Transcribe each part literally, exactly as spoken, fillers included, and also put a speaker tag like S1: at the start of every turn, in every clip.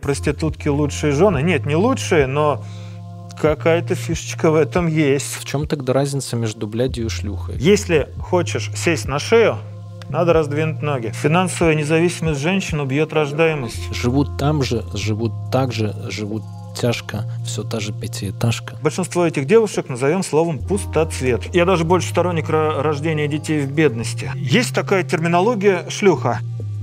S1: проститутки лучшие жены. Нет, не лучшие, но какая-то фишечка в этом есть.
S2: В чем тогда разница между блядью и шлюхой?
S1: Если хочешь сесть на шею, надо раздвинуть ноги. Финансовая независимость женщин убьет рождаемость.
S2: Живут там же, живут так же, живут тяжко, все та же пятиэтажка.
S1: Большинство этих девушек назовем словом пустоцвет. Я даже больше сторонник рождения детей в бедности. Есть такая терминология шлюха.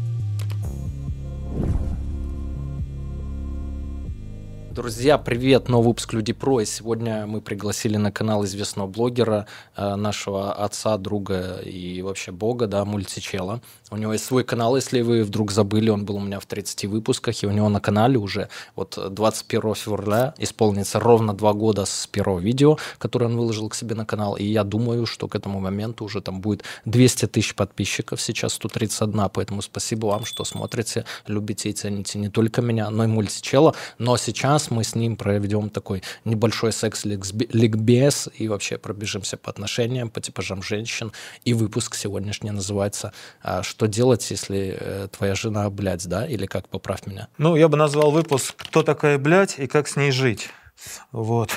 S2: Друзья, привет! Новый выпуск Люди Про. И сегодня мы пригласили на канал известного блогера, нашего отца, друга и вообще бога, да, Мультичела. У него есть свой канал, если вы вдруг забыли, он был у меня в тридцати выпусках, и у него на канале уже вот двадцать первого февраля исполнится ровно два года с первого видео, которое он выложил к себе на канал. И я думаю, что к этому моменту уже там будет двести тысяч подписчиков, сейчас сто тридцать один, поэтому спасибо вам, что смотрите, любите и цените не только меня, но и Мультичела. Но сейчас мы с ним проведем такой небольшой секс-ликбез и вообще пробежимся по отношениям, по типажам женщин. И выпуск сегодняшний называется «Что делать, если твоя жена блядь», да? Или как, поправь меня?
S1: Ну, я бы назвал выпуск «Кто такая блядь и как с ней жить». Вот.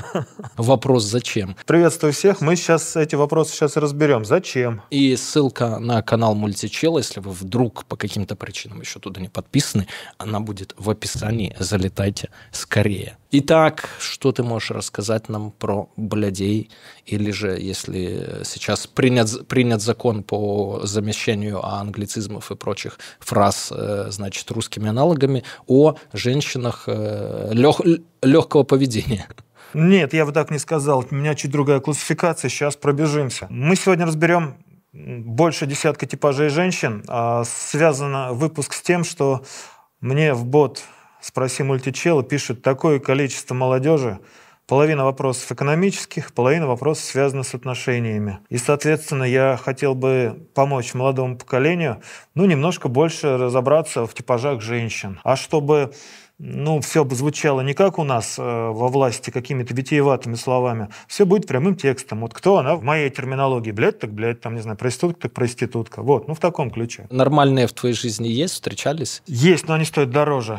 S2: Вопрос «Зачем?».
S1: Приветствую всех. Мы сейчас эти вопросы сейчас и разберем. Зачем?
S2: И ссылка на канал Мультичела, если вы вдруг по каким-то причинам еще туда не подписаны, она будет в описании. Залетайте скорее. Итак, что ты можешь рассказать нам про блядей? Или же, если сейчас принят, принят закон по замещению англицизмов и прочих фраз, значит, русскими аналогами, о женщинах лег, легкого поведения?
S1: Нет, я бы так не сказал. У меня чуть другая классификация. Сейчас пробежимся. Мы сегодня разберем больше десятка типажей женщин. Связано выпуск с тем, что мне в бот «Спроси Мультичела» пишет такое количество молодежи. Половина вопросов экономических, половина вопросов связана с отношениями. И, соответственно, я хотел бы помочь молодому поколению, ну, немножко больше разобраться в типажах женщин. А чтобы, ну, все бы звучало не как у нас э, во власти какими-то витиеватыми словами, все будет прямым текстом. Вот кто она в моей терминологии? Блядь, так блядь, там, не знаю, проститутка, так проститутка. Вот, ну, в таком ключе.
S2: Нормальные в твоей жизни есть, встречались?
S1: Есть, но они стоят дороже.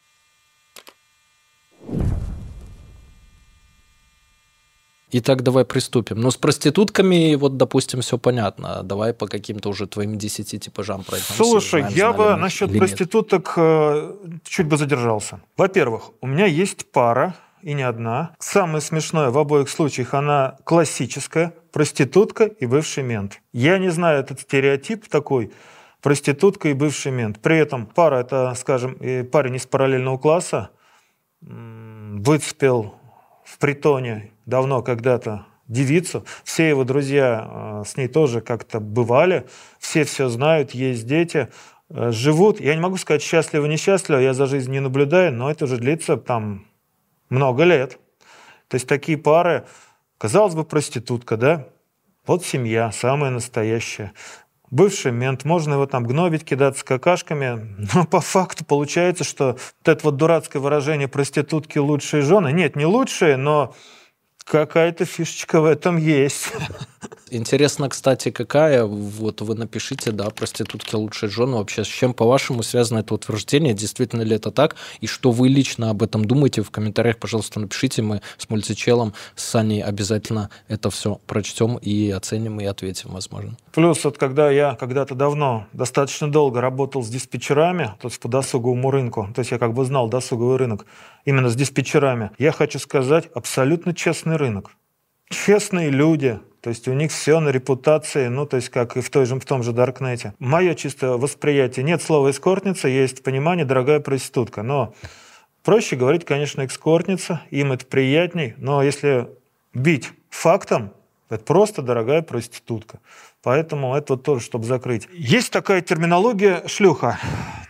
S2: Итак, давай приступим. Ну, с проститутками, вот, допустим, все понятно. Давай по каким-то уже твоим десяти типажам пройдемся.
S1: Слушай, знаем, я бы насчет проституток э, чуть бы задержался. Во-первых, у меня есть пара, и не одна. Самое смешное, в обоих случаях она классическая, проститутка и бывший мент. Я не знаю этот стереотип такой, проститутка и бывший мент. При этом пара, это, скажем, парень из параллельного класса, выцепил в притоне давно когда-то девицу. Все его друзья с ней тоже как-то бывали. Все все знают, есть дети, живут. Я не могу сказать счастливо-несчастливо, я за жизнью не наблюдаю, но это уже длится там много лет. То есть такие пары, казалось бы, проститутка, да? Вот семья, самая настоящая. Бывший мент, можно его там гнобить, кидаться какашками, но по факту получается, что вот это вот дурацкое выражение «проститутки лучшие жены», нет, не лучшие, но какая-то фишечка в этом есть.
S2: Интересно, кстати, какая, вот вы напишите, да, проститутки лучшие жены, вообще с чем, по-вашему, связано это утверждение, действительно ли это так, и что вы лично об этом думаете, в комментариях, пожалуйста, напишите, мы с Мультичелом, с Саней обязательно это все прочтем и оценим, и ответим, возможно.
S1: Плюс вот когда я когда-то давно, достаточно долго работал с диспетчерами, то есть по досуговому рынку, то есть я как бы знал досуговый рынок именно с диспетчерами, я хочу сказать, абсолютно честный рынок. Честные люди, то есть у них все на репутации, ну, то есть как и в, той же, в том же Даркнете. Мое чистое восприятие, нет слова эскортница, есть понимание дорогая проститутка, но проще говорить, конечно, эскортница, им это приятней, но если бить фактом, это просто дорогая проститутка. Поэтому это вот тоже, чтобы закрыть. Есть такая терминология шлюха.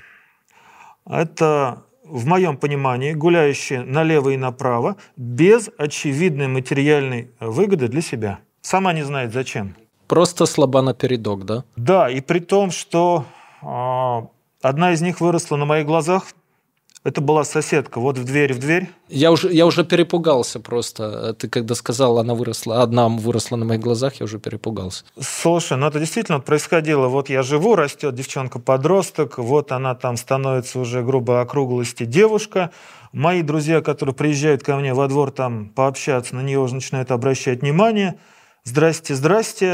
S1: Это, в моем понимании, гуляющие налево и направо без очевидной материальной выгоды для себя. Сама не знает зачем.
S2: Просто слаба напередок, да?
S1: Да, и при том, что э, одна из них выросла на моих глазах, Это была соседка, вот в дверь, в дверь.
S2: Я уже, я уже перепугался просто. Ты когда сказал, она выросла, одна выросла на моих глазах, я уже перепугался.
S1: Слушай, ну это действительно происходило. Вот я живу, растет девчонка-подросток, вот она там становится уже грубой округлости девушка. Мои друзья, которые приезжают ко мне во двор там пообщаться, на нее уже начинают обращать внимание. Здрасте, здрасте,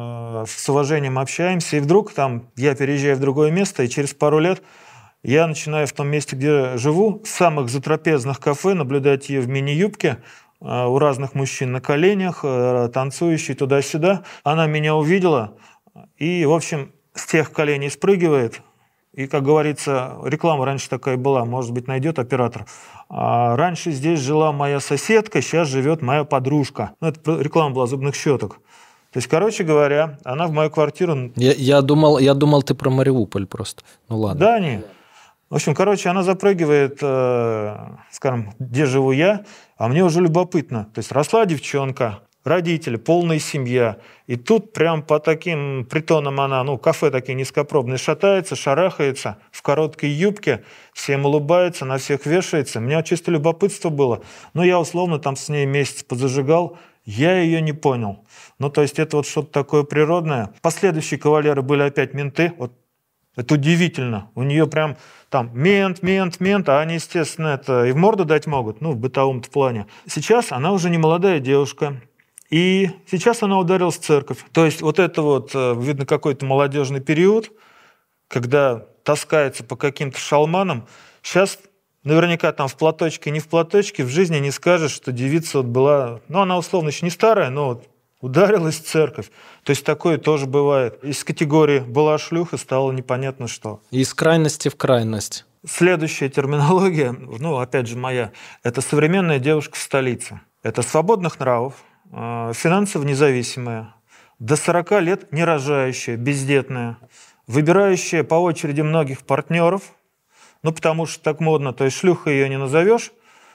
S1: с уважением общаемся. И вдруг там я переезжаю в другое место, и через пару лет я начинаю в том месте, где живу, в самых затрапезных кафе наблюдать ее в мини-юбке, у разных мужчин на коленях, танцующей туда-сюда. Она меня увидела и, в общем, с тех коленей спрыгивает. И, как говорится, реклама раньше такая была, может быть, найдет оператор. А раньше здесь жила моя соседка, сейчас живет моя подружка. Ну, это реклама была зубных щеток. То есть, короче говоря, она в мою квартиру...
S2: Я, я, думал, я думал, ты про Мариуполь просто. Ну ладно.
S1: Да, не. В общем, короче, она запрыгивает, э, скажем, где живу я, а мне уже любопытно. То есть росла девчонка, родители, полная семья. И тут прям по таким притонам она, ну, кафе такие низкопробные, шатается, шарахается в короткой юбке, всем улыбается, на всех вешается. У меня чисто любопытство было. Ну, я условно там с ней месяц позажигал, я ее не понял. Ну, то есть это вот что-то такое природное. Последующие кавалеры были опять менты. Вот это удивительно. У нее прям там мент, мент, мент, а они, естественно, это и в морду дать могут, ну, в бытовом-то плане. Сейчас она уже не молодая девушка. И сейчас она ударилась в церковь. То есть вот это вот, видно, какой-то молодежный период, когда таскается по каким-то шалманам. Сейчас наверняка там в платочке, не в платочке, в жизни не скажешь, что девица вот была... Ну, она условно еще не старая, но вот ударилась в церковь. То есть такое тоже бывает. Из категории «была шлюха» стало непонятно что.
S2: Из крайности в крайность.
S1: Следующая терминология, ну, опять же, моя, это современная девушка в столице. Это свободных нравов, финансово независимая, до сорока лет не рожающая, бездетная, выбирающая по очереди многих партнеров, ну, потому что так модно, то есть шлюха ее не назовешь,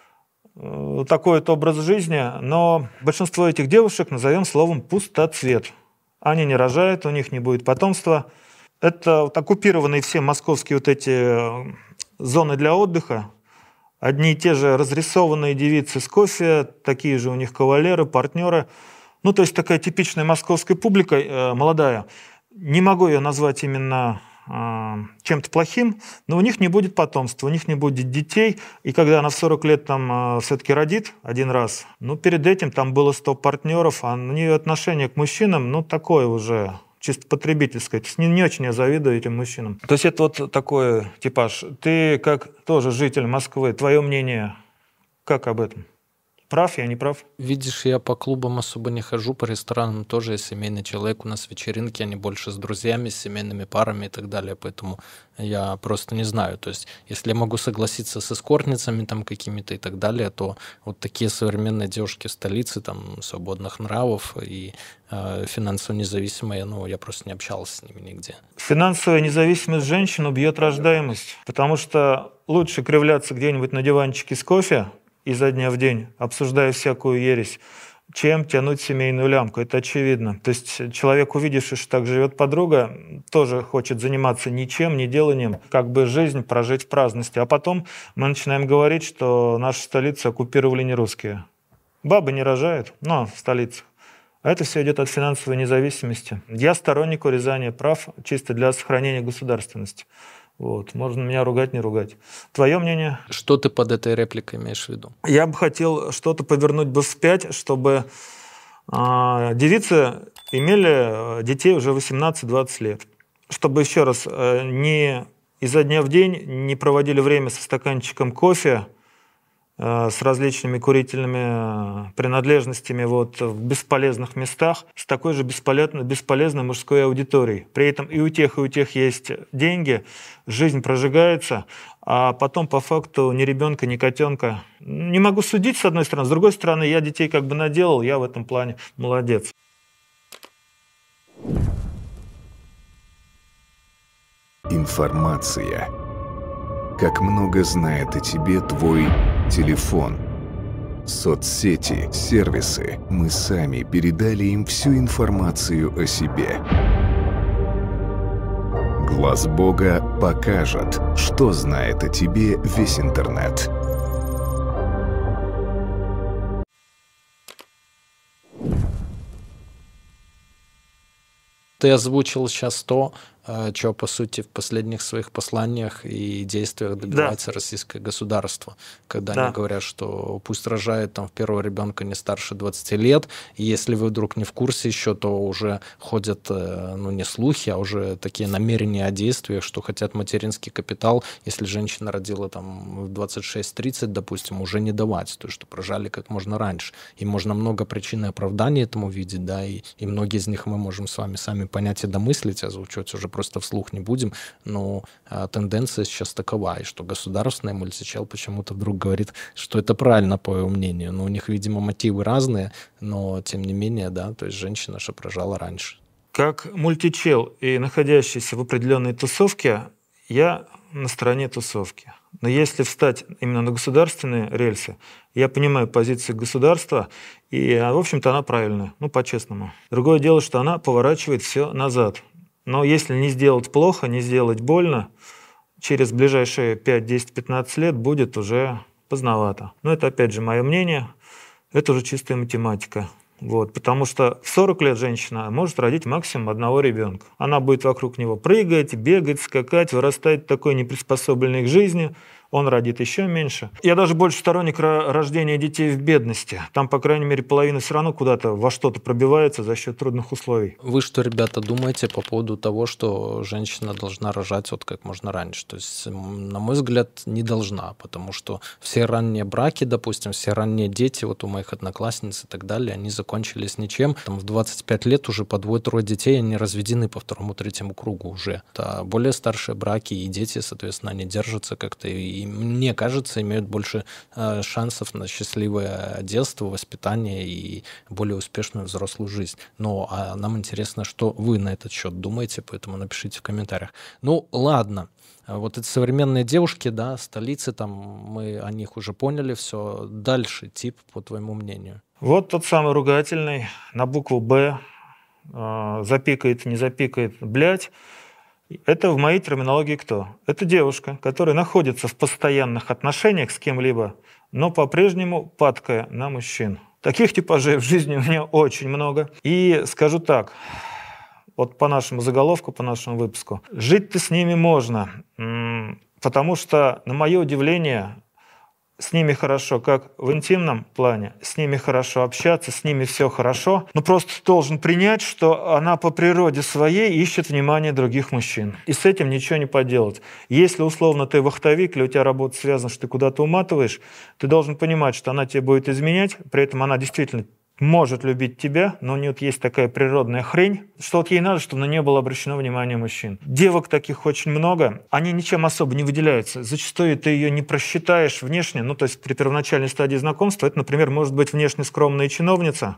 S1: такой вот образ жизни, но большинство этих девушек назовем словом пустоцвет. Они не рожают, у них не будет потомства. Это вот оккупированные все московские вот эти зоны для отдыха. Одни и те же разрисованные девицы с кофе, такие же у них кавалеры, партнеры. Ну, то есть такая типичная московская публика, э, молодая. Не могу ее назвать именно э, чем-то плохим, но у них не будет потомства, у них не будет детей. И когда она в сорок лет там э, все-таки родит один раз, ну, перед этим там было сто партнеров, а у нее отношение к мужчинам, ну, такое уже... чисто потребительское. То есть не, не очень я завидую этим мужчинам. То есть это вот такой типаж. Ты, как тоже житель Москвы, твое мнение как об этом? Прав я, не прав?
S2: Видишь, я по клубам особо не хожу, по ресторанам тоже я семейный человек. У нас вечеринки, они больше с друзьями, с семейными парами и так далее. Поэтому я просто не знаю. То есть, если я могу согласиться с эскортницами там какими-то и так далее, то вот такие современные девушки в столице, там, свободных нравов и э, финансово независимые, ну, я просто не общался с ними нигде.
S1: Финансовая независимость женщин убьет рождаемость, потому что лучше кривляться где-нибудь на диванчике с кофе изо дня в день, обсуждая всякую ересь, чем тянуть семейную лямку. Это очевидно. То есть человек, увидевший, что так живет подруга, тоже хочет заниматься ничем, не деланием, как бы жизнь прожить в праздности. А потом мы начинаем говорить, что нашу столицу оккупировали не русские. Бабы не рожают, но в столицах. А это все идет от финансовой независимости. Я сторонник урезания прав чисто для сохранения государственности. Вот. Можно меня ругать, не ругать. Твое мнение?
S2: Что ты под этой репликой имеешь в виду?
S1: Я бы хотел что-то повернуть бы вспять, чтобы э, девицы имели детей уже восемнадцать-двадцать лет. Чтобы, еще раз, э, не изо дня в день не проводили время со стаканчиком кофе, с различными курительными принадлежностями вот, в бесполезных местах, с такой же бесполезной, бесполезной мужской аудиторией. При этом и у тех, и у тех есть деньги, жизнь прожигается, а потом по факту ни ребенка, ни котенка. Не могу судить, с одной стороны. С другой стороны, я детей как бы наделал, я в этом плане молодец.
S3: Информация. Как много знает о тебе твой телефон. Соцсети, сервисы. Мы сами передали им всю информацию о себе. Глаз Бога покажет, что знает о тебе весь интернет.
S2: Ты озвучил сейчас то, что, по сути, в последних своих посланиях и действиях добивается да. российское государство, когда да. они говорят, что пусть рожает там первого ребенка не старше двадцати лет, и если вы вдруг не в курсе еще, то уже ходят, ну, не слухи, а уже такие намерения о действиях, что хотят материнский капитал, если женщина родила там в двадцать шесть тридцать, допустим, уже не давать, то есть, что рожали как можно раньше. И можно много причин и оправданий этому видеть, да, и, и многие из них мы можем с вами сами понять и домыслить, озвучивать уже просто вслух не будем, но а, тенденция сейчас такова, и что государственный мультичел почему-то вдруг говорит, что это правильно, по его мнению. Но у них, видимо, мотивы разные, но тем не менее, да, то есть женщина, что рожала раньше.
S1: Как мультичел и находящийся в определенной тусовке, я на стороне тусовки. Но если встать именно на государственные рельсы, я понимаю позицию государства, и, в общем-то, она правильная, ну, по-честному. Другое дело, что она поворачивает все назад. Но если не сделать плохо, не сделать больно, через ближайшие пять, десять, пятнадцать лет будет уже поздновато. Но это, опять же, мое мнение, это уже чистая математика. Вот, потому что в сорок лет женщина может родить максимум одного ребенка. Она будет вокруг него прыгать, бегать, скакать, вырастать такой неприспособленной к жизни. Он родит еще меньше. Я даже больше сторонник рождения детей в бедности. Там, по крайней мере, половина все равно куда-то во что-то пробивается за счет трудных условий.
S2: Вы что, ребята, думаете по поводу того, что женщина должна рожать вот как можно раньше? То есть, на мой взгляд, не должна, потому что все ранние браки, допустим, все ранние дети, вот у моих одноклассниц и так далее, они закончились ничем. Там в двадцать пять лет уже по двое-трое детей, они разведены по второму-третьему кругу уже. Это более старшие браки, и дети, соответственно, они держатся как-то, и мне кажется, имеют больше э, шансов на счастливое детство, воспитание и более успешную взрослую жизнь. Но а нам интересно, что вы на этот счет думаете, поэтому напишите в комментариях. Ну, ладно. Вот эти современные девушки, да, столицы, там, мы о них уже поняли все. Дальше тип, по твоему мнению.
S1: Вот тот самый ругательный, на букву «Б», э, запикает, не запикает, блядь. Это в моей терминологии кто? Это девушка, которая находится в постоянных отношениях с кем-либо, но по-прежнему падкая на мужчин. Таких типажей в жизни у меня очень много. И скажу так, вот по нашему заголовку, по нашему выпуску, жить-то с ними можно, потому что, на мое удивление, с ними хорошо как в интимном плане, с ними хорошо общаться, с ними все хорошо, но просто должен принять, что она по природе своей ищет внимание других мужчин. И с этим ничего не поделать. Если условно ты вахтовик, или у тебя работа связана, что ты куда-то уматываешь, ты должен понимать, что она тебе будет изменять, при этом она действительно может любить тебя, но у нее есть такая природная хрень, что вот ей надо, чтобы на нее было обращено внимание мужчин. Девок таких очень много, они ничем особо не выделяются. Зачастую ты ее не просчитаешь внешне, ну то есть при первоначальной стадии знакомства это, например, может быть внешне скромная чиновница,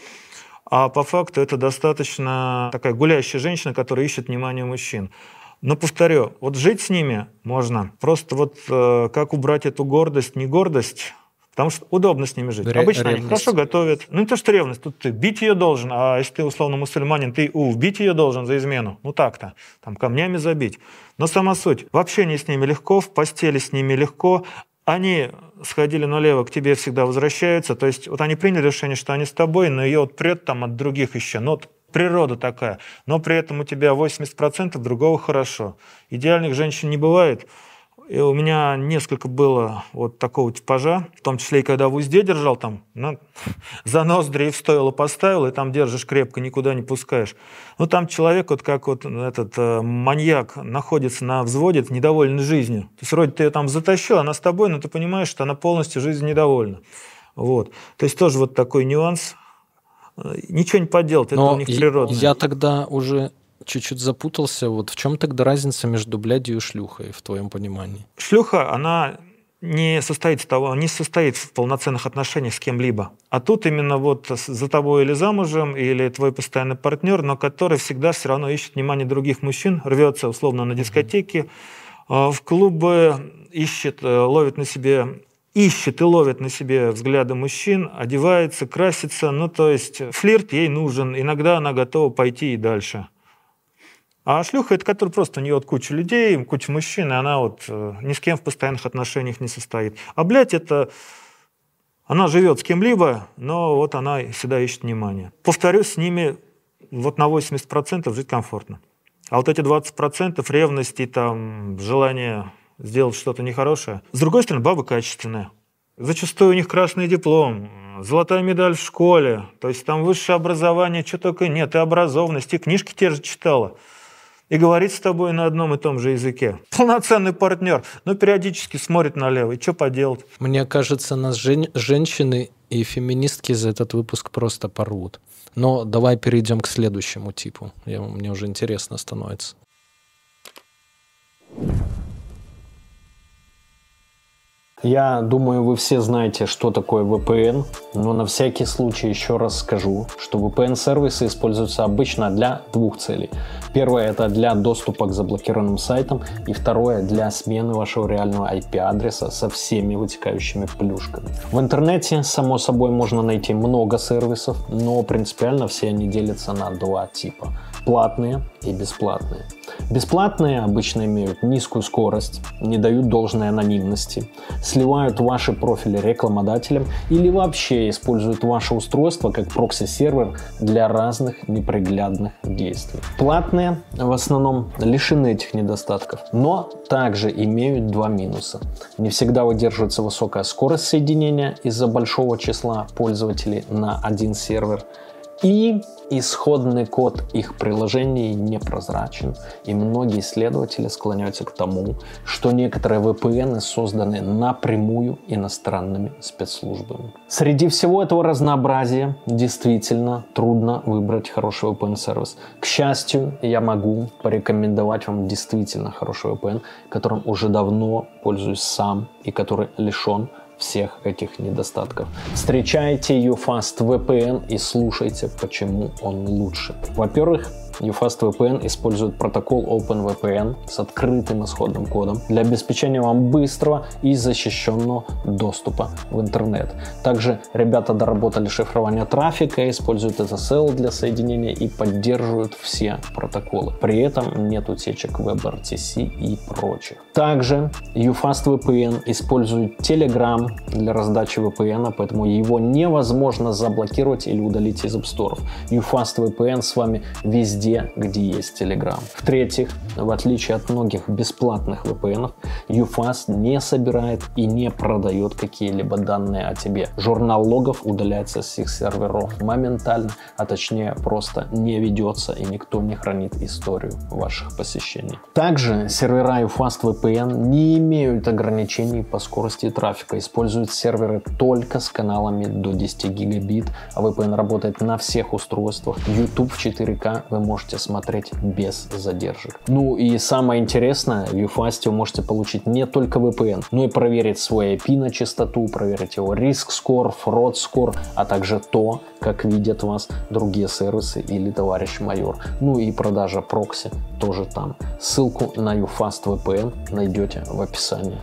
S1: а по факту это достаточно такая гулящая женщина, которая ищет внимание мужчин. Но повторю, вот жить с ними можно. Просто вот э, как убрать эту гордость, не гордость. Потому что удобно с ними жить.
S2: Ре-
S1: Обычно
S2: ревность.
S1: Они хорошо готовят. Ну не то, что ревность, тут ты бить ее должен, а если ты условно мусульманин, ты у, бить ее должен за измену. Ну так-то, там камнями забить. Но сама суть. В общении с ними легко, в постели с ними легко. Они сходили налево, к тебе всегда возвращаются. То есть вот они приняли решение, что они с тобой, но ее вот прет там от других еще. Ну, вот природа такая. Но при этом у тебя восемьдесят процентов другого хорошо. Идеальных женщин не бывает. И у меня несколько было вот такого типажа, в том числе и когда в узде держал, там, ну, за ноздри в стойло поставил, и там держишь крепко, никуда не пускаешь. Ну, там человек, вот как вот этот э, маньяк, находится на взводе, недовольный жизнью. То есть вроде ты ее там затащил, она с тобой, но ты понимаешь, что она полностью жизнью недовольна. Вот. То есть тоже вот такой нюанс. Ничего не поделать, это
S2: но
S1: у них природное.
S2: Я тогда уже... чуть-чуть запутался. Вот в чем тогда разница между блядью и шлюхой, в твоем понимании?
S1: Шлюха, она не состоит, в того, не состоит в полноценных отношениях с кем-либо. А тут именно вот за тобой или замужем, или твой постоянный партнер, но который всегда все равно ищет внимание других мужчин, рвется условно на дискотеке, mm-hmm. в клубы, ищет, ловит на себе... ищет и ловит на себе взгляды мужчин, одевается, красится. Ну, то есть флирт ей нужен. Иногда она готова пойти и дальше. А шлюха — это который просто у нее вот куча людей, куча мужчин, и она вот э, ни с кем в постоянных отношениях не состоит. А, блядь, это... Она живет с кем-либо, но вот она всегда ищет внимание. Повторюсь, с ними вот на восемьдесят процентов жить комфортно. А вот эти двадцать процентов ревности, там, желание сделать что-то нехорошее. С другой стороны, бабы качественные. Зачастую у них красный диплом, золотая медаль в школе, то есть там высшее образование, что только нет, и образованность, и книжки те же читала. И говорит с тобой на одном и том же языке. Полноценный партнер, но периодически смотрит налево. И что поделать?
S2: Мне кажется, нас жен- женщины и феминистки за этот выпуск просто порвут. Но давай перейдем к следующему типу. Я, мне уже интересно становится. Я думаю, вы все знаете, что такое ви пи эн, но на всякий случай еще раз скажу, что ви пи эн-сервисы используются обычно для двух целей. Первое — это для доступа к заблокированным сайтам, и второе — для смены вашего реального ай пи-адреса со всеми вытекающими плюшками. В интернете, само собой, можно найти много сервисов, но принципиально все они делятся на два типа – платные и бесплатные. Бесплатные обычно имеют низкую скорость, не дают должной анонимности, сливают ваши профили рекламодателям или вообще используют ваше устройство как прокси-сервер для разных неприглядных действий. Платные в основном лишены этих недостатков, но также имеют два минуса. Не всегда выдерживается высокая скорость соединения из-за большого числа пользователей на один сервер, и исходный код их приложений непрозрачен, и многие исследователи склоняются к тому, что некоторые ви пи эн созданы напрямую иностранными спецслужбами. Среди всего этого разнообразия действительно трудно выбрать хороший ви пи эн-сервис. К счастью, я могу порекомендовать вам действительно хороший ви пи эн, которым уже давно пользуюсь сам и который лишен всех этих недостатков. Встречайте YouFast ви пи эн и слушайте, почему он лучше. Во-первых, YouFast ви пи эн использует протокол OpenVPN с открытым исходным кодом для обеспечения вам быстрого и защищенного доступа в интернет. Также ребята доработали шифрование трафика, используют эс эс эл для соединения и поддерживают все протоколы. При этом нет утечек WebRTC и прочих. Также YouFast ви пи эн использует Telegram для раздачи ви пи эн, поэтому его невозможно заблокировать или удалить из App Store. YouFast ви пи эн с вами везде, где есть Telegram. В-третьих, в отличие от многих бесплатных ви пи эн, YouFast не собирает и не продает какие-либо данные о тебе. Журнал логов удаляется с их серверов моментально, а точнее просто не ведется, и никто не хранит историю ваших посещений. Также сервера YouFast ви пи эн не имеют ограничений по скорости трафика, используют серверы только с каналами до десяти гигабит, а ви пи эн работает на всех устройствах. YouTube в четыре ка вы можете можете смотреть без задержек. Ну и самое интересное, в YouFast вы можете получить не только ви пи эн, но и проверить свой ай пи на чистоту, проверить его Risk Score, Fraud Score, а также то, как видят вас другие сервисы или товарищ майор. Ну и продажа прокси тоже там. Ссылку на YouFast ви пи эн найдете в описании.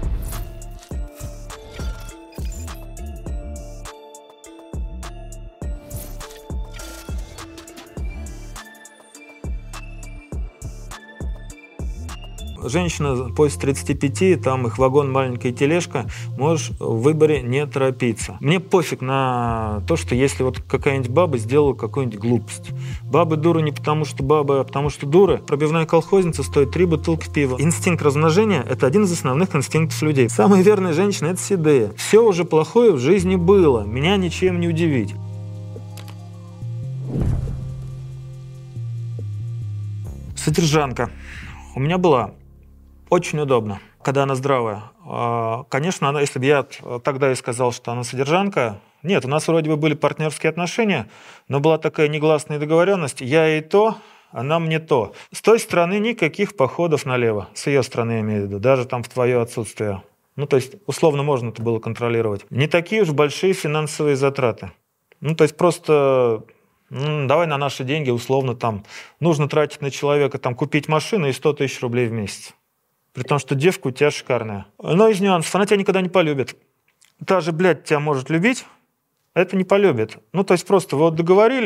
S1: Женщина после тридцати пяти, там их вагон, маленькая тележка, можешь в выборе не торопиться. Мне пофиг на то, что если вот какая-нибудь баба сделала какую-нибудь глупость. Бабы дуры не потому, что бабы, а потому, что дуры. Пробивная колхозница стоит три бутылки пива. Инстинкт размножения – это один из основных инстинктов людей. Самые верные женщины – это седые. Все уже плохое в жизни было. Меня ничем не удивить. Содержанка. У меня была. Очень удобно, когда она здравая. Конечно, она, если бы я тогда и сказал, что она содержанка, нет, у нас вроде бы были партнерские отношения, но была такая негласная договоренность, я ей то, она мне то. С той стороны никаких походов налево, с ее стороны я имею в виду, даже там в твое отсутствие. Ну, то есть, условно можно это было контролировать. Не такие уж большие финансовые затраты. Ну, то есть, просто... Ну, давай на наши деньги, условно, там, нужно тратить на человека, там, купить машину и сто тысяч рублей в месяц. При том, что девка у тебя шикарная. Но из нюансов, она тебя никогда не полюбит. Та же, блядь, тебя может любить, а это не полюбит. Ну, то есть просто вы вот договорились,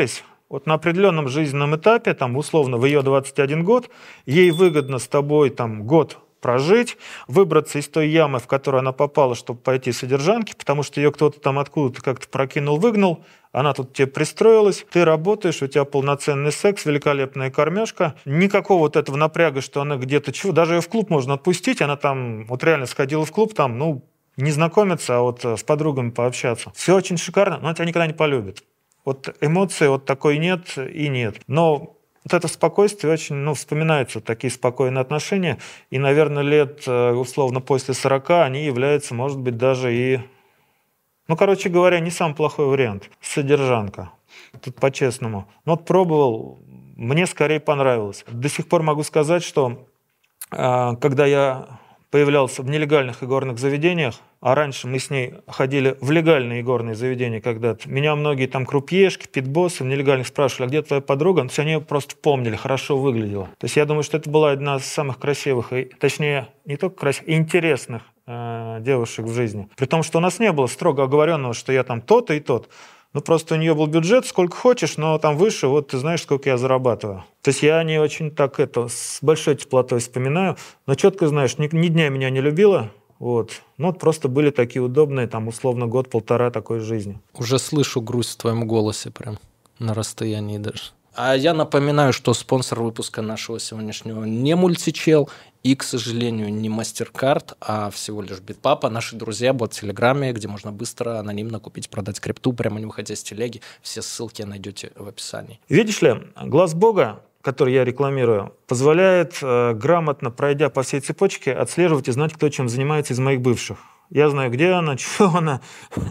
S1: вот на определенном жизненном этапе, там, условно, в ее двадцать один год, ей выгодно с тобой там, год прожить, выбраться из той ямы, в которую она попала, чтобы пойти содержанке, потому что ее кто-то там откуда-то как-то прокинул, выгнал, она тут тебе пристроилась, ты работаешь, у тебя полноценный секс, великолепная кормежка, никакого вот этого напряга, что она где-то чего, даже ее в клуб можно отпустить, она там вот реально сходила в клуб, там, ну, не знакомиться, а вот с подругами пообщаться. Все очень шикарно, но она тебя никогда не полюбит. Вот эмоции вот такой нет и нет. Но вот это спокойствие очень, ну, вспоминаются, такие спокойные отношения. И, наверное, лет, условно, после сорока они являются, может быть, даже и, ну, короче говоря, не самый плохой вариант. Содержанка. Тут по-честному. Ну, вот пробовал, мне скорее понравилось. До сих пор могу сказать, что когда я появлялся в нелегальных игорных заведениях, а раньше мы с ней ходили в легальные игорные заведения когда-то. Меня многие там крупьешки, питбоссы в нелегальных спрашивали, а где твоя подруга? Ну, они ее просто помнили, хорошо выглядела. То есть я думаю, что это была одна из самых красивых, и, точнее, не только красивых, интересных э, девушек в жизни. При том, что у нас не было строго оговоренного, что я там то-то и тот. Ну, просто у нее был бюджет, сколько хочешь, но там выше, вот ты знаешь, сколько я зарабатываю. То есть я не очень так это, с большой теплотой вспоминаю, но четко знаешь, ни, ни дня меня не любила. Вот. Ну, вот просто были такие удобные, там, условно, год-полтора такой жизни.
S2: Уже слышу грусть в твоем голосе прям на расстоянии даже. А я напоминаю, что спонсор выпуска нашего сегодняшнего не Мультичел и, к сожалению, не MasterCard, а всего лишь Bitpapa. Наши друзья, бот в Телеграме, где можно быстро, анонимно купить, продать крипту, прямо не выходя с телеги. Все ссылки найдете в описании.
S1: Видишь ли, глаз Бога, который я рекламирую, позволяет, э, грамотно пройдя по всей цепочке, отслеживать и знать, кто чем занимается из моих бывших. Я знаю, где она, что она,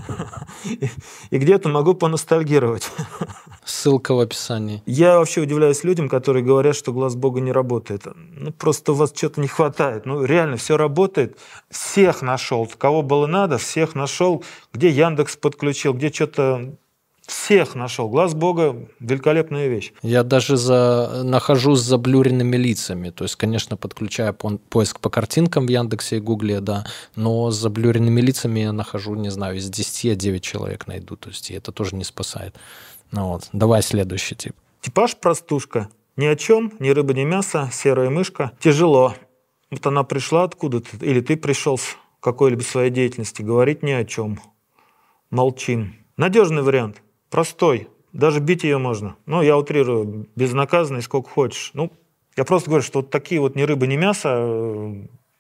S1: и где-то могу поностальгировать.
S2: Ссылка в описании.
S1: Я вообще удивляюсь людям, которые говорят, что глаз Бога не работает. Ну, просто у вас что-то не хватает. Ну, реально, все работает. Всех нашел. Кого было надо, всех нашел. Где Яндекс подключил, где что-то... Всех нашел. Глаз Бога – великолепная вещь.
S2: Я даже за... нахожу с заблюренными лицами. То есть, конечно, подключаю по... поиск по картинкам в Яндексе и Гугле, да, но с заблюренными лицами я нахожу, не знаю, из десяти я девять человек найду. То есть, и это тоже не спасает. Ну вот. Давай следующий тип.
S1: Типаж простушка. Ни о чем, ни рыба, ни мясо, серая мышка. Тяжело. Вот она пришла откуда-то, или ты пришел с какой-либо своей деятельности. Говорить ни о чем. Молчим. Надежный вариант. Простой. Даже бить ее можно. Ну, я утрирую, безнаказанно и сколько хочешь. Ну, я просто говорю, что вот такие вот ни рыба, ни мясо,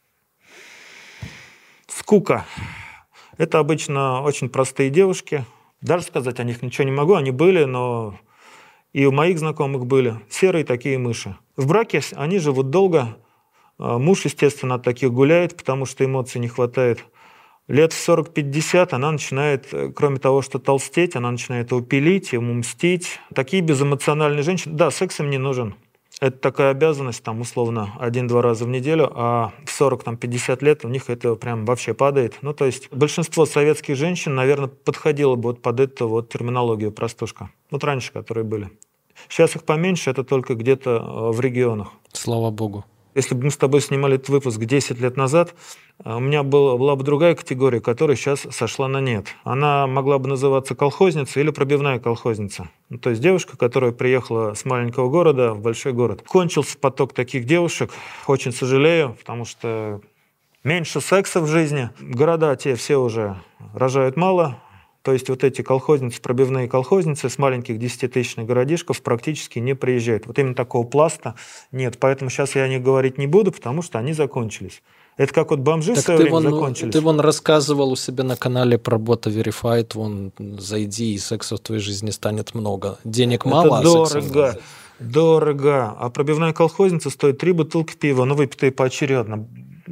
S1: скука. Это обычно очень простые девушки. Даже сказать о них ничего не могу. Они были, но и у моих знакомых были. Серые такие мыши. В браке они живут долго. Муж, естественно, от таких гуляет, потому что эмоций не хватает. Лет в сорок-пятьдесят она начинает, кроме того, что толстеть, она начинает его пилить, ему мстить. Такие безэмоциональные женщины, да, секс им не нужен. Это такая обязанность, там, условно, один-два раза в неделю, а в сорок-пятьдесят лет у них это прям вообще падает. Ну, то есть большинство советских женщин, наверное, подходило бы вот под эту вот терминологию простушка. Вот раньше, которые были. Сейчас их поменьше, это только где-то в регионах.
S2: Слава богу.
S1: Если бы мы с тобой снимали этот выпуск десять лет назад, у меня была, была бы другая категория, которая сейчас сошла на нет. Она могла бы называться колхозница или пробивная колхозница. Ну, то есть девушка, которая приехала с маленького города в большой город. Кончился поток таких девушек. Очень сожалею, потому что меньше секса в жизни. Города те все уже рожают мало. То есть вот эти колхозницы, пробивные колхозницы с маленьких десятитысячных городишков практически не приезжают. Вот именно такого пласта нет. Поэтому сейчас я о них говорить не буду, потому что они закончились. Это как вот бомжи так в свое время вон, закончились.
S2: Ты вон рассказывал у себя на канале про бота Verified, вон зайди, и секса в твоей жизни станет много. Денег
S1: это
S2: мало,
S1: дорого,
S2: а секса много.
S1: Дорого. А пробивная колхозница стоит три бутылки пива, но выпитые поочередно.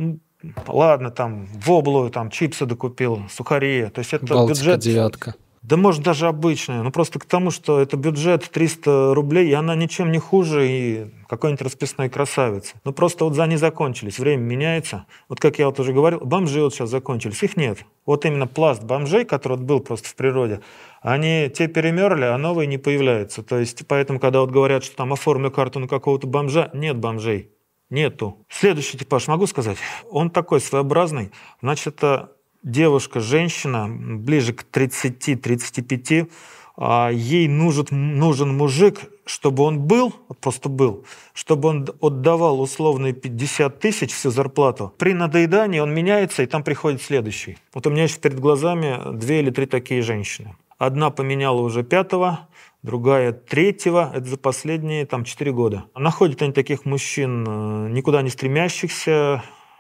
S1: Ладно, там, воблу, там, чипсы докупил, сухари. То есть это
S2: Балтика,
S1: бюджет...
S2: девятка.
S1: Да может даже обычная. Ну просто к тому, что это бюджет триста рублей, и она ничем не хуже и какой-нибудь расписной красавицы. Ну просто вот за они закончились, время меняется. Вот как я вот уже говорил, бомжи вот сейчас закончились, их нет. Вот именно пласт бомжей, который вот был просто в природе, они те перемерли, а новые не появляются. То есть поэтому, когда вот говорят, что там оформлю карту на какого-то бомжа, нет бомжей. Нету. Следующий типаж, могу сказать? Он такой своеобразный. Значит, это девушка, женщина, ближе к тридцати-тридцати пяти. а ей нужен, нужен мужик, чтобы он был, вот просто был, чтобы он отдавал условные пятьдесят тысяч всю зарплату. При надоедании он меняется, и там приходит следующий. Вот у меня сейчас перед глазами две или три такие женщины. Одна поменяла уже пятого, другая третьего, это за последние там четыре года. Находят они таких мужчин, никуда не стремящихся,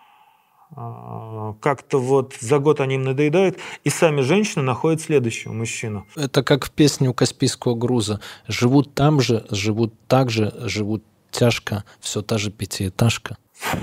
S1: как-то вот за год они им надоедают, и сами женщины находят следующего мужчину.
S2: Это как в песне у Каспийского груза. Живут там же, живут так же, живут тяжко, все та же пятиэтажка.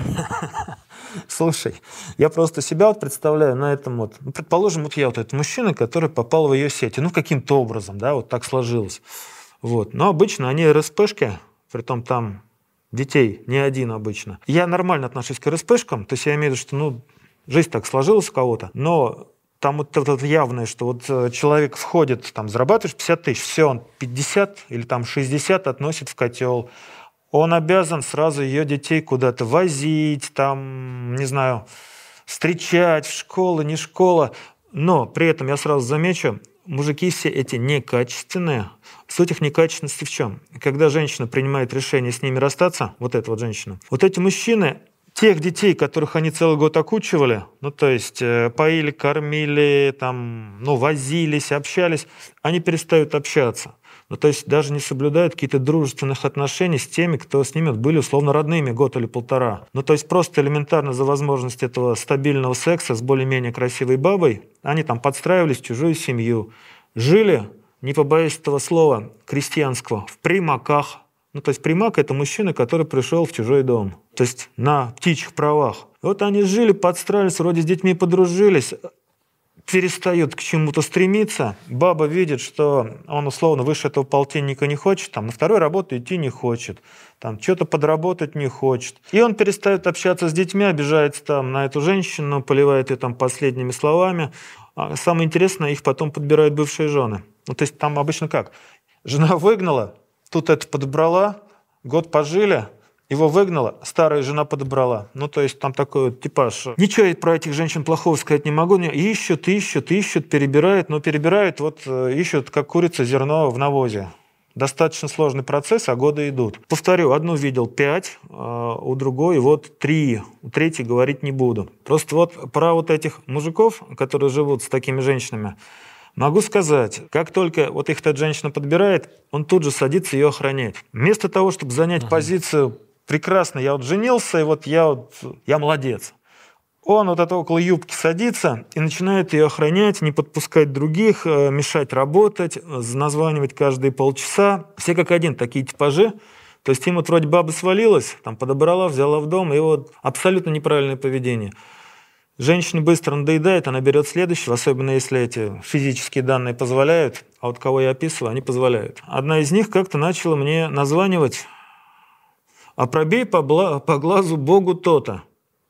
S1: Слушай, я просто себя вот представляю на этом вот. Ну, предположим, вот я вот этот мужчина, который попал в ее сети. Ну, каким-то образом, да, вот так сложилось. Вот. Но обычно они РСПшки, притом там детей не один обычно. Я нормально отношусь к РСПшкам, то есть я имею в виду, что ну, жизнь так сложилась у кого-то, но там вот это явное, что вот человек входит, там, зарабатываешь пятьдесят тысяч, все, он пятьдесят или там шестьдесят относит в котел. Он обязан сразу ее детей куда-то возить, там, не знаю, встречать в школу, не школа. Но при этом я сразу замечу, мужики все эти некачественные. Суть их некачественности в чем? Когда женщина принимает решение с ними расстаться, вот эта вот женщина, вот эти мужчины, тех детей, которых они целый год окучивали, ну то есть э, поили, кормили, там, ну, возились, общались, они перестают общаться. Ну, то есть даже не соблюдают какие-то дружественных отношений с теми, кто с ними были условно родными год или полтора. Ну, то есть просто элементарно за возможность этого стабильного секса с более-менее красивой бабой они там подстраивались в чужую семью, жили, не побоюсь этого слова, крестьянского, в примаках. Ну, то есть примак – это мужчина, который пришел в чужой дом, то есть на птичьих правах. Вот они жили, подстраивались, вроде с детьми подружились, перестает к чему-то стремиться, баба видит, что он условно выше этого полтинника не хочет, там, на вторую работу идти не хочет, там, что-то подработать не хочет. И он перестает общаться с детьми, обижается там, на эту женщину, поливает ее там последними словами. А самое интересное, их потом подбирают бывшие жены. Ну, то есть там обычно как? Жена выгнала, тут это подобрала, год пожили, его выгнала, старая жена подобрала. Ну, то есть там такой вот типаж. Ничего я про этих женщин плохого сказать не могу. Ищут, ищут, ищут, перебирают. Но перебирают, вот ищут, как курица, зерно в навозе. Достаточно сложный процесс, а годы идут. Повторю, одну видел пять, у другой вот три. У третьей говорить не буду. Просто вот про вот этих мужиков, которые живут с такими женщинами, могу сказать, как только вот их эта женщина подбирает, он тут же садится ее охранять. Вместо того, чтобы занять ага. позицию «прекрасно, я вот женился, и вот я, вот, я молодец», он вот это около юбки садится и начинает ее охранять, не подпускать других, мешать работать, названивать каждые полчаса. Все как один такие типажи. То есть им вот вроде баба свалилась, там подобрала, взяла в дом, и вот абсолютно неправильное поведение. Женщине быстро надоедает, она берет следующего, особенно если эти физические данные позволяют, а вот кого я описываю, они позволяют. Одна из них как-то начала мне названивать: «А пробей по, бла- по глазу Богу то-то».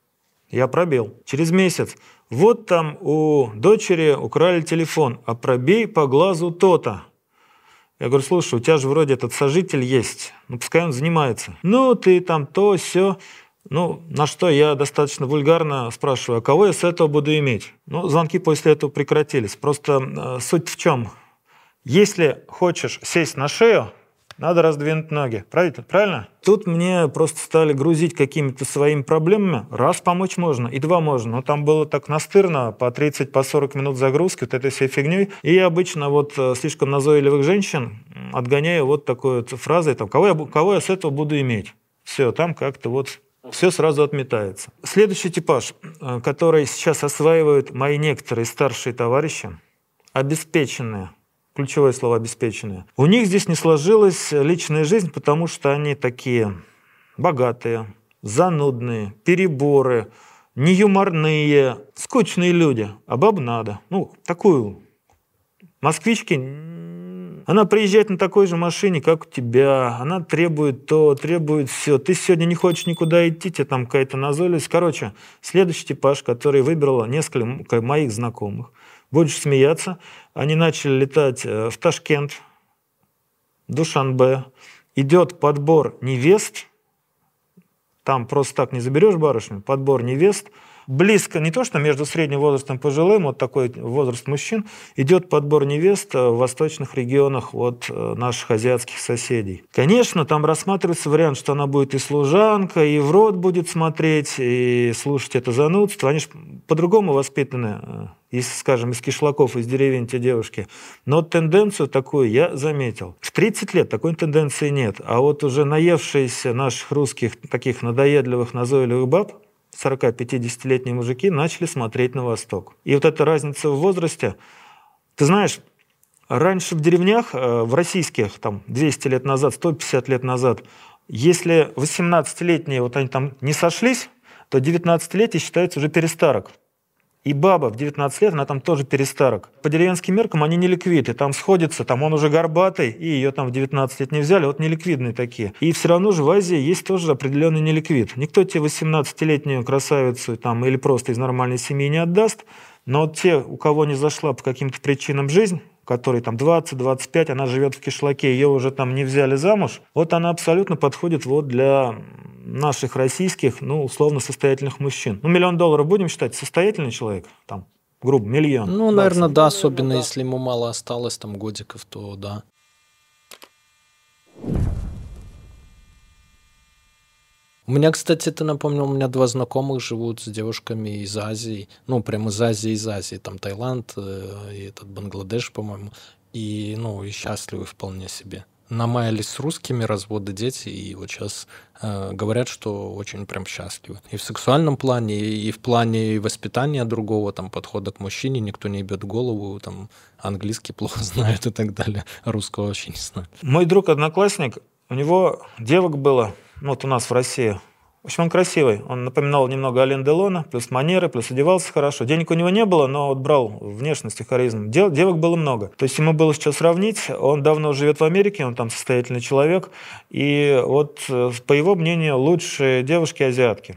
S1: Я пробил. Через месяц: «Вот там у дочери украли телефон, а пробей по глазу то-то». Я говорю: «Слушай, у тебя же вроде этот сожитель есть, ну пускай он занимается». «Ну ты там то, сё». Ну, на что я достаточно вульгарно спрашиваю: а кого я с этого буду иметь? Ну, звонки после этого прекратились. Просто э, суть в чем? Если хочешь сесть на шею, надо раздвинуть ноги. Правильно? Правильно? Тут мне просто стали грузить какими-то своими проблемами. Раз помочь можно, и два можно. Но там было так настырно, по тридцать, по сорок минут загрузки, вот этой всей фигней. И я обычно вот слишком назойливых женщин отгоняю вот такой вот фразой: там, кого, я, кого я с этого буду иметь? Все, там как-то вот все сразу отметается. Следующий типаж, который сейчас осваивают мои некоторые старшие товарищи, обеспеченные. Ключевое слово «обеспеченные». У них здесь не сложилась личная жизнь, потому что они такие богатые, занудные, переборы, неюморные, скучные люди. А бабу надо. Ну, такую москвички. Она приезжает на такой же машине, как у тебя. Она требует то, требует все. Ты сегодня не хочешь никуда идти, тебе там какая-то назойливость. Короче, следующий типаж, который выбрало несколько моих знакомых. Будешь смеяться. Они начали летать в Ташкент, Душанбе. Идет подбор невест. Там просто так не заберешь барышню. Подбор невест. близко, не то что между средним возрастом и пожилым, вот такой возраст мужчин, идет подбор невест в восточных регионах от наших азиатских соседей. Конечно, там рассматривается вариант, что она будет и служанка, и в рот будет смотреть, и слушать это занудство. Они же по-другому воспитаны, если, скажем, из кишлаков, из деревень те девушки. Но вот тенденцию такую я заметил. В тридцать лет такой тенденции нет. А вот уже наевшиеся наших русских таких надоедливых, назойливых баб, сорок-пятидесятилетние мужики, начали смотреть на восток. И вот эта разница в возрасте, ты знаешь, раньше в деревнях, в российских, там, двести лет назад, сто пятьдесят лет назад, если восемнадцатилетние вот они там не сошлись, то девятнадцатилетие считается уже перестарок. И баба в девятнадцать лет, она там тоже перестарок. По деревенским меркам они не ликвиды. Там сходятся, там он уже горбатый, и ее там в девятнадцать лет не взяли, вот неликвидные такие. И все равно же в Азии есть тоже определенный неликвид. Никто тебе восемнадцатилетнюю красавицу там, или просто из нормальной семьи не отдаст, но вот те, у кого не зашла по каким-то причинам жизнь, которой там двадцать-двадцать пять, она живет в кишлаке, ее уже там не взяли замуж, вот она абсолютно подходит вот для наших российских, ну, условно, состоятельных мужчин. Ну, миллион долларов будем считать состоятельный человек? Там, грубо, миллион.
S2: Ну, наверное, да, особенно если ему мало осталось, там, годиков, то да. У меня, кстати, ты напомнил, у меня два знакомых живут с девушками из Азии, ну, прям из Азии, из Азии, там Таиланд и этот Бангладеш, по-моему, и, ну, и счастливы вполне себе. Намаялись с русскими, разводы, дети, и вот сейчас э, говорят, что очень прям счастливы. И в сексуальном плане, и в плане воспитания другого, там, подхода к мужчине, никто не бьет голову, там, английский плохо знают и так далее, русского вообще не знают.
S1: Мой друг-одноклассник, у него девок было, ну, вот у нас в России. В общем, он красивый. Он напоминал немного Ален Делона, плюс манеры, плюс одевался хорошо. Денег у него не было, но вот брал внешность и харизму. Дев, девок было много. То есть ему было что сравнить. Он давно живет в Америке, он там состоятельный человек. И вот, по его мнению, лучшие девушки азиатки.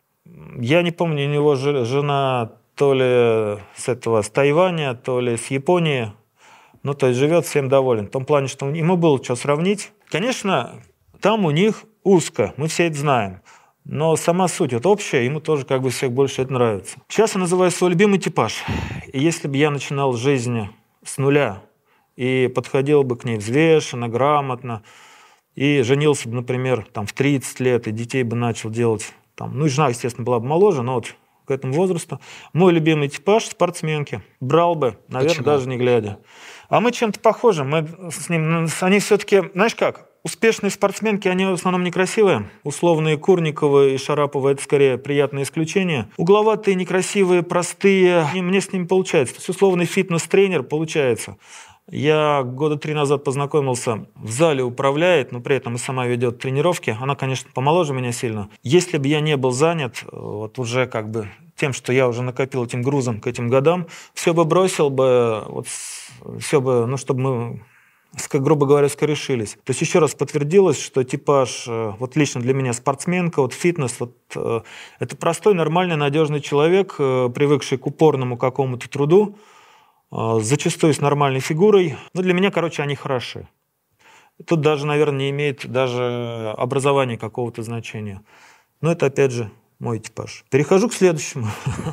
S1: Я не помню, у него жена то ли с этого, с Тайваня, то ли с Японии. Ну, то есть живет всем доволен. В том плане, что ему было что сравнить. Конечно, там у них узко, мы все это знаем. Но сама суть вот общая, ему тоже как бы всех больше это нравится. Сейчас я называю свой любимый типаж. И если бы я начинал жизнь с нуля и подходил бы к ней взвешенно, грамотно, и женился бы, например, там, в тридцать лет, и детей бы начал делать, там, ну и жена, естественно, была бы моложе, но вот к этому возрасту, мой любимый типаж — спортсменки. Брал бы, наверное, Почему? Даже не глядя. А мы чем-то похожи. Мы с ним, они все-таки, знаешь как, успешные спортсменки, они в основном некрасивые. Условные Курниковы и Шараповы — это скорее приятное исключение. Угловатые, некрасивые, простые. И мне с ними получается. То есть условный фитнес-тренер получается. Я года три назад познакомился, в зале управляет, но при этом и сама ведет тренировки. Она, конечно, помоложе меня сильно. Если бы я не был занят, вот уже как бы тем, что я уже накопил этим грузом к этим годам, все бы бросил бы, вот, все бы, ну, чтобы мы, грубо говоря, скорешились. То есть еще раз подтвердилось, что типаж, вот лично для меня спортсменка, вот фитнес, вот, это простой, нормальный, надежный человек, привыкший к упорному какому-то труду, зачастую с нормальной фигурой. Но для меня, короче, они хороши. Тут даже, наверное, не имеет даже образования какого-то значения. Но это, опять же, мой типаж. Перехожу к следующему.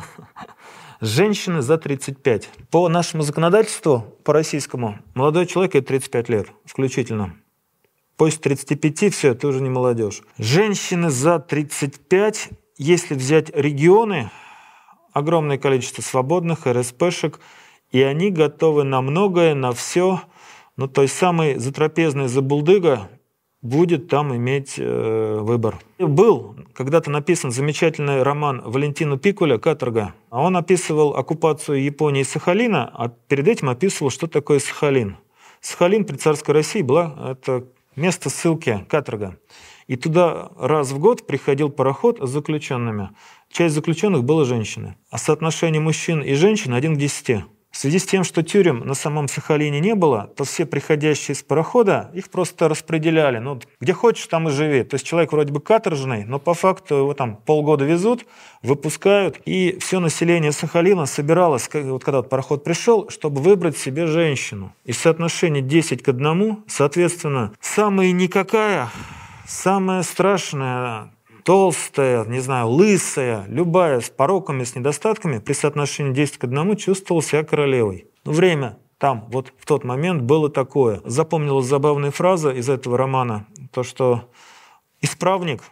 S1: Женщины за тридцать пять. По нашему законодательству, по российскому, молодой человек — это тридцать пять лет включительно. После тридцати пяти все, ты уже не молодежь. Женщины за тридцать пять, если взять регионы, огромное количество свободных эр эс пэ-шек, и они готовы на многое, на все. Ну, то есть самый затрапезный забулдыга будет там иметь э, выбор. Был когда-то написан замечательный роман Валентино Пикуля «Каторга». Он описывал оккупацию Японии Сахалина, а перед этим описывал, что такое Сахалин. Сахалин при царской России была это место ссылки, каторга. И туда раз в год приходил пароход с заключенными. Часть заключенных было женщины. А соотношение мужчин и женщин один к десяти. В связи с тем, что тюрем на самом Сахалине не было, то все приходящие с парохода, их просто распределяли. Ну, где хочешь, там и живи. То есть человек вроде бы каторжный, но по факту его там полгода везут, выпускают. И все население Сахалина собиралось, вот когда вот пароход пришел, чтобы выбрать себе женщину. И соотношение десять к одному, соответственно, самая никакая, самая страшная, толстая, не знаю, лысая, любая, с пороками, с недостатками, при соотношении десять к одному чувствовала себя королевой. Но время там, вот в тот момент было такое. Запомнилась забавная фраза из этого романа, то, что исправник,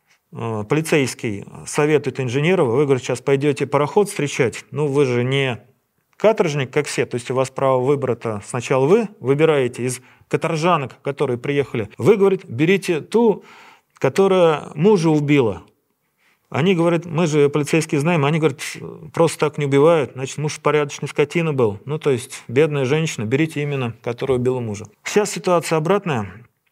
S1: э, полицейский, советует инженеру: вы, говорит, сейчас пойдете пароход встречать, ну вы же не каторжник, как все, то есть у вас право выбора-то сначала вы выбираете из каторжанок, которые приехали. Вы, говорит, берите ту, которая мужа убила. Они говорят: мы же полицейские знаем, они говорят: просто так не убивают, значит, муж порядочный скотина был. Ну, то есть бедная женщина, берите именно, которая убила мужа. Сейчас ситуация обратная.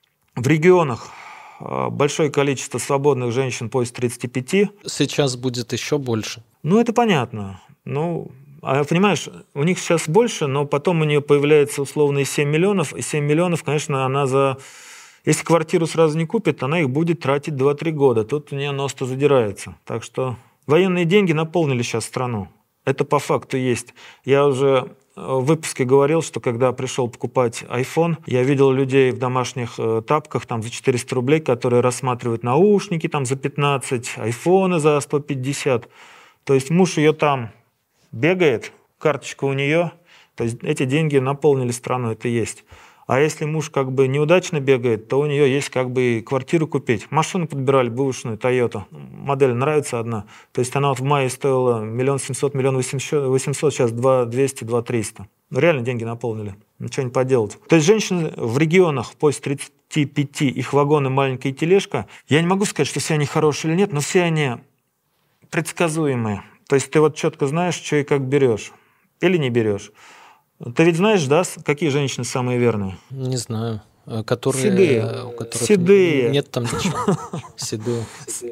S1: В регионах большое количество свободных женщин после тридцати пяти.
S2: Сейчас будет еще больше.
S1: Ну, это понятно. Ну, а понимаешь, у них сейчас больше, но потом у нее появляется условно семь миллионов, и семь миллионов, конечно, она за... Если квартиру сразу не купит, она их будет тратить два-три года. Тут у нее нос-то задирается. Так что военные деньги наполнили сейчас страну. Это по факту есть. Я уже в выпуске говорил, что когда пришел покупать iPhone, я видел людей в домашних тапках там, за четыреста рублей, которые рассматривают наушники там, за пятнадцать, айфоны за сто пятьдесят. То есть муж ее там бегает, карточка у нее. То есть эти деньги наполнили страну, это есть. А если муж как бы неудачно бегает, то у нее есть как бы квартиру купить. Машину подбирали, бэушную, Toyota. Модель нравится одна. То есть она вот в мае стоила миллион семьсот, миллион восемьсот, сейчас два двести, два триста. Реально деньги наполнили. Ничего не поделать. То есть женщины в регионах после тридцати пяти, их вагоны, маленькая тележка. Я не могу сказать, что все они хорошие или нет, но все они предсказуемые. То есть ты вот четко знаешь, что и как берешь. Или не берешь. Ты ведь знаешь, да, какие женщины самые верные?
S2: Не знаю. Которые,
S1: Седые.
S2: У которых
S1: Седые.
S2: Нет там ничего. Седые.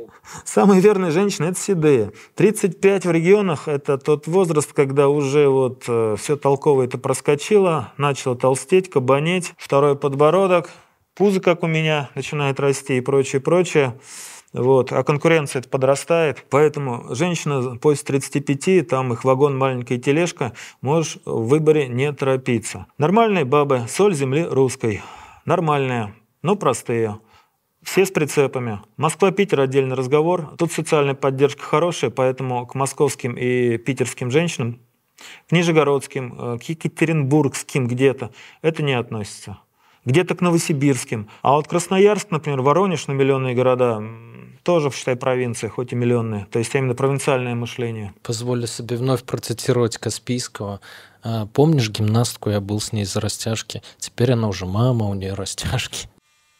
S1: Самые верные женщины – это седые. тридцать пять в регионах – это тот возраст, когда уже вот э, все толковое это проскочило, начало толстеть, кабанеть, второй подбородок, пузо, как у меня, начинает расти и прочее, прочее. Вот. А конкуренция это подрастает, поэтому женщина после тридцати пяти, там их вагон, маленькая тележка, можешь в выборе не торопиться. Нормальные бабы, соль земли русской, нормальные, но простые, все с прицепами. Москва-Питер отдельный разговор, тут социальная поддержка хорошая, поэтому к московским и питерским женщинам, к нижегородским, к екатеринбургским где-то это не относится. Где-то к новосибирским. А вот Красноярск, например, Воронеж, на миллионные города, тоже, считай, провинция, хоть и миллионная. То есть именно провинциальное мышление.
S2: Позволю себе вновь процитировать Каспийского. Помнишь гимнастку, я был с ней за растяжки. Теперь она уже мама, у нее растяжки.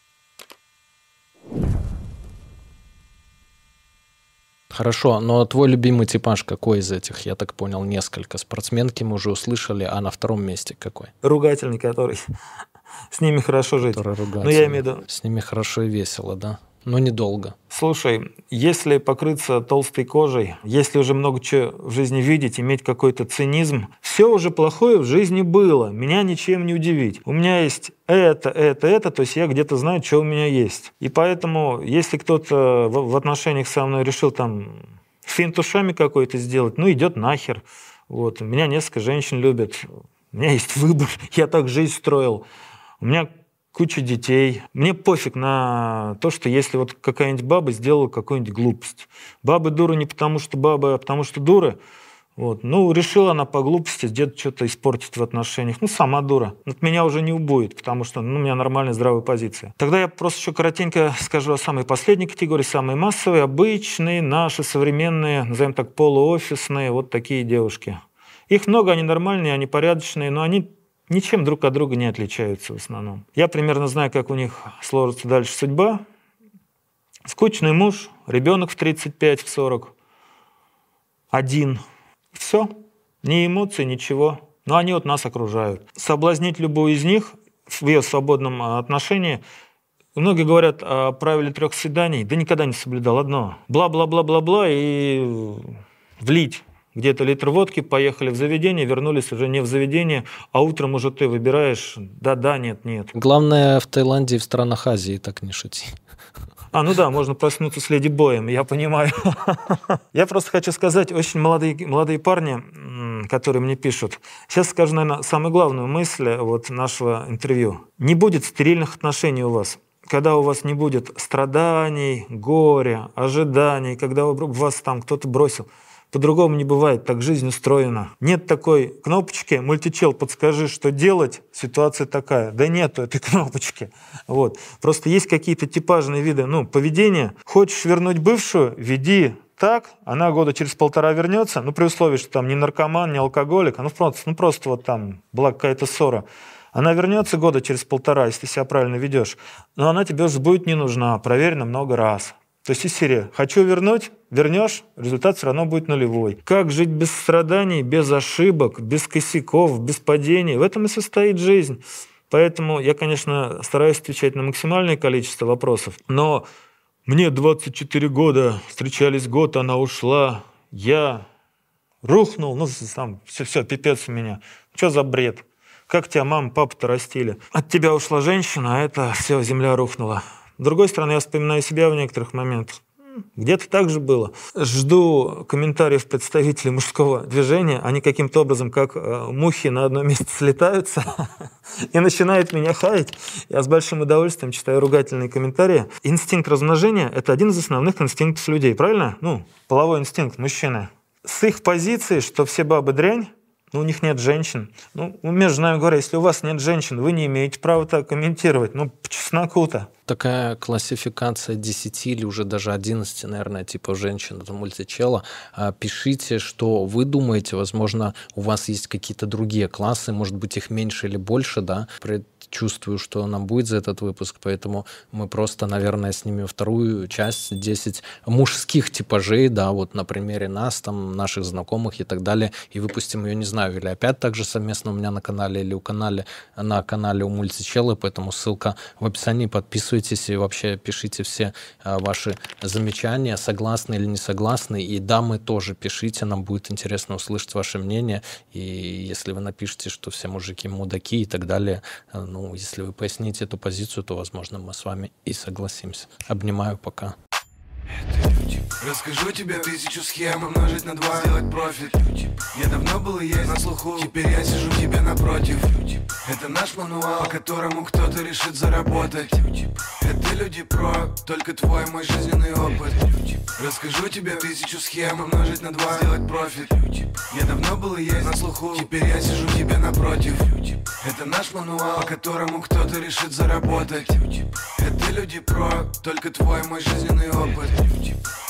S2: Хорошо, но твой любимый типаж какой из этих? Я так понял, несколько. Спортсменки мы уже услышали, а на втором месте какой?
S1: Ругательный, который... С ними хорошо жить.
S2: Ну,
S1: я имею в виду...
S2: С ними хорошо и весело, да? Но недолго.
S1: Слушай, если покрыться толстой кожей, если уже много чего в жизни видеть, иметь какой-то цинизм, все уже плохое в жизни было, меня ничем не удивить. У меня есть это, это, это, то есть я где-то знаю, что у меня есть. И поэтому, если кто-то в отношениях со мной решил там финт ушами какой-то сделать, ну идет нахер. Вот. Меня несколько женщин любят, у меня есть выбор, я так жизнь строил. У меня куча детей. Мне пофиг на то, что если вот какая-нибудь баба сделала какую-нибудь глупость. Бабы дуры не потому, что бабы, а потому, что дуры. Вот. Ну, решила она по глупости где-то что-то испортить в отношениях. Ну, сама дура. От меня уже не убудет, потому что ну, у меня нормальная здравая позиция. Тогда я просто еще коротенько скажу о самой последней категории, самой массовой, обычные, наши, современные, назовем так, полуофисные, вот такие девушки. Их много, они нормальные, они порядочные, но они ничем друг от друга не отличаются в основном. Я примерно знаю, как у них сложится дальше судьба. Скучный муж, ребенок в тридцать пять, в сорок, один. Все. Ни эмоций, ничего. Но они вот нас окружают. Соблазнить любую из них в ее свободном отношении. Многие говорят о правиле трех свиданий. Да никогда не соблюдал одно. Бла-бла-бла-бла-бла и влить. Где-то литр водки, поехали в заведение, вернулись уже не в заведение, а утром уже ты выбираешь да-да, нет-нет.
S2: Главное, в Таиланде и в странах Азии так не шути.
S1: А, ну да, можно проснуться с леди боем, я понимаю. Я просто хочу сказать, очень молодые, молодые парни, которые мне пишут. Сейчас скажу, наверное, самую главную мысль вот нашего интервью. Не будет стерильных отношений у вас. когда у вас не будет страданий, горя, ожиданий, когда вас там кто-то бросил. По-другому не бывает, так жизнь устроена. Нет такой кнопочки «Мультичел, подскажи, что делать», ситуация такая. Да нету этой кнопочки. Вот. Просто есть какие-то типажные виды ну, поведения. Хочешь вернуть бывшую, веди так, она года через полтора вернется, ну при условии, что там не наркоман, не алкоголик, ну просто, ну, просто вот там была какая-то ссора. Она вернется года через полтора, если ты себя правильно ведешь, но она тебе уже будет не нужна, проверена много раз. То есть из серии «хочу вернуть», вернешь, результат все равно будет нулевой. Как жить без страданий, без ошибок, без косяков, без падений? В этом и состоит жизнь. Поэтому я, конечно, стараюсь отвечать на максимальное количество вопросов, но мне двадцать четыре года, встречались год, она ушла, я рухнул, ну, там, все-все, пипец у меня. Что за бред? Как тебя мама, папа-то растили? От тебя ушла женщина, а это все, земля рухнула. С другой стороны, я вспоминаю себя в некоторых моментах. Где-то так же было. Жду комментариев представителей мужского движения. Они каким-то образом, как э, мухи, на одно место слетаются и начинают меня хаять. Я с большим удовольствием читаю ругательные комментарии. Инстинкт размножения – это один из основных инстинктов людей, правильно? Ну, половой инстинкт мужчины. С их позиции, что все бабы дрянь, ну, у них нет женщин. Ну, между нами говоря, если у вас нет женщин, вы не имеете права так комментировать. Ну, по чесноку-то.
S2: Такая классификация десяти или уже даже одиннадцати, наверное, типов женщин, это мультичела. Пишите, что вы думаете, возможно, у вас есть какие-то другие классы, может быть, их меньше или больше, да. Чувствую, что нам будет за этот выпуск, поэтому мы просто, наверное, снимем вторую часть, десять мужских типажей, да, вот на примере нас, там, наших знакомых и так далее, и выпустим ее, не знаю, или опять также совместно у меня на канале, или у канале, на канале у мультичелы, поэтому ссылка в описании, подписывайтесь и вообще пишите все а, ваши замечания, согласны или не согласны, и дамы тоже пишите, нам будет интересно услышать ваше мнение, и если вы напишите, что все мужики мудаки и так далее, ну, Ну, если вы поясните эту позицию, то, возможно, мы с вами и согласимся. Обнимаю, пока.
S4: Это люди. Расскажу тебе тысячу схем, умножить на два, сделать профит. Я давно был и есть на слуху, теперь я сижу тебе напротив. Это наш мануал, по которому кто-то решит заработать. Это люди про, только твой мой жизненный опыт. Расскажу тебе тысячу схем, умножить на два, сделать профит. Я давно был и есть на слуху, теперь я сижу тебе напротив. Это наш мануал, по которому кто-то решит заработать. Это люди про, только твой мой жизненный опыт.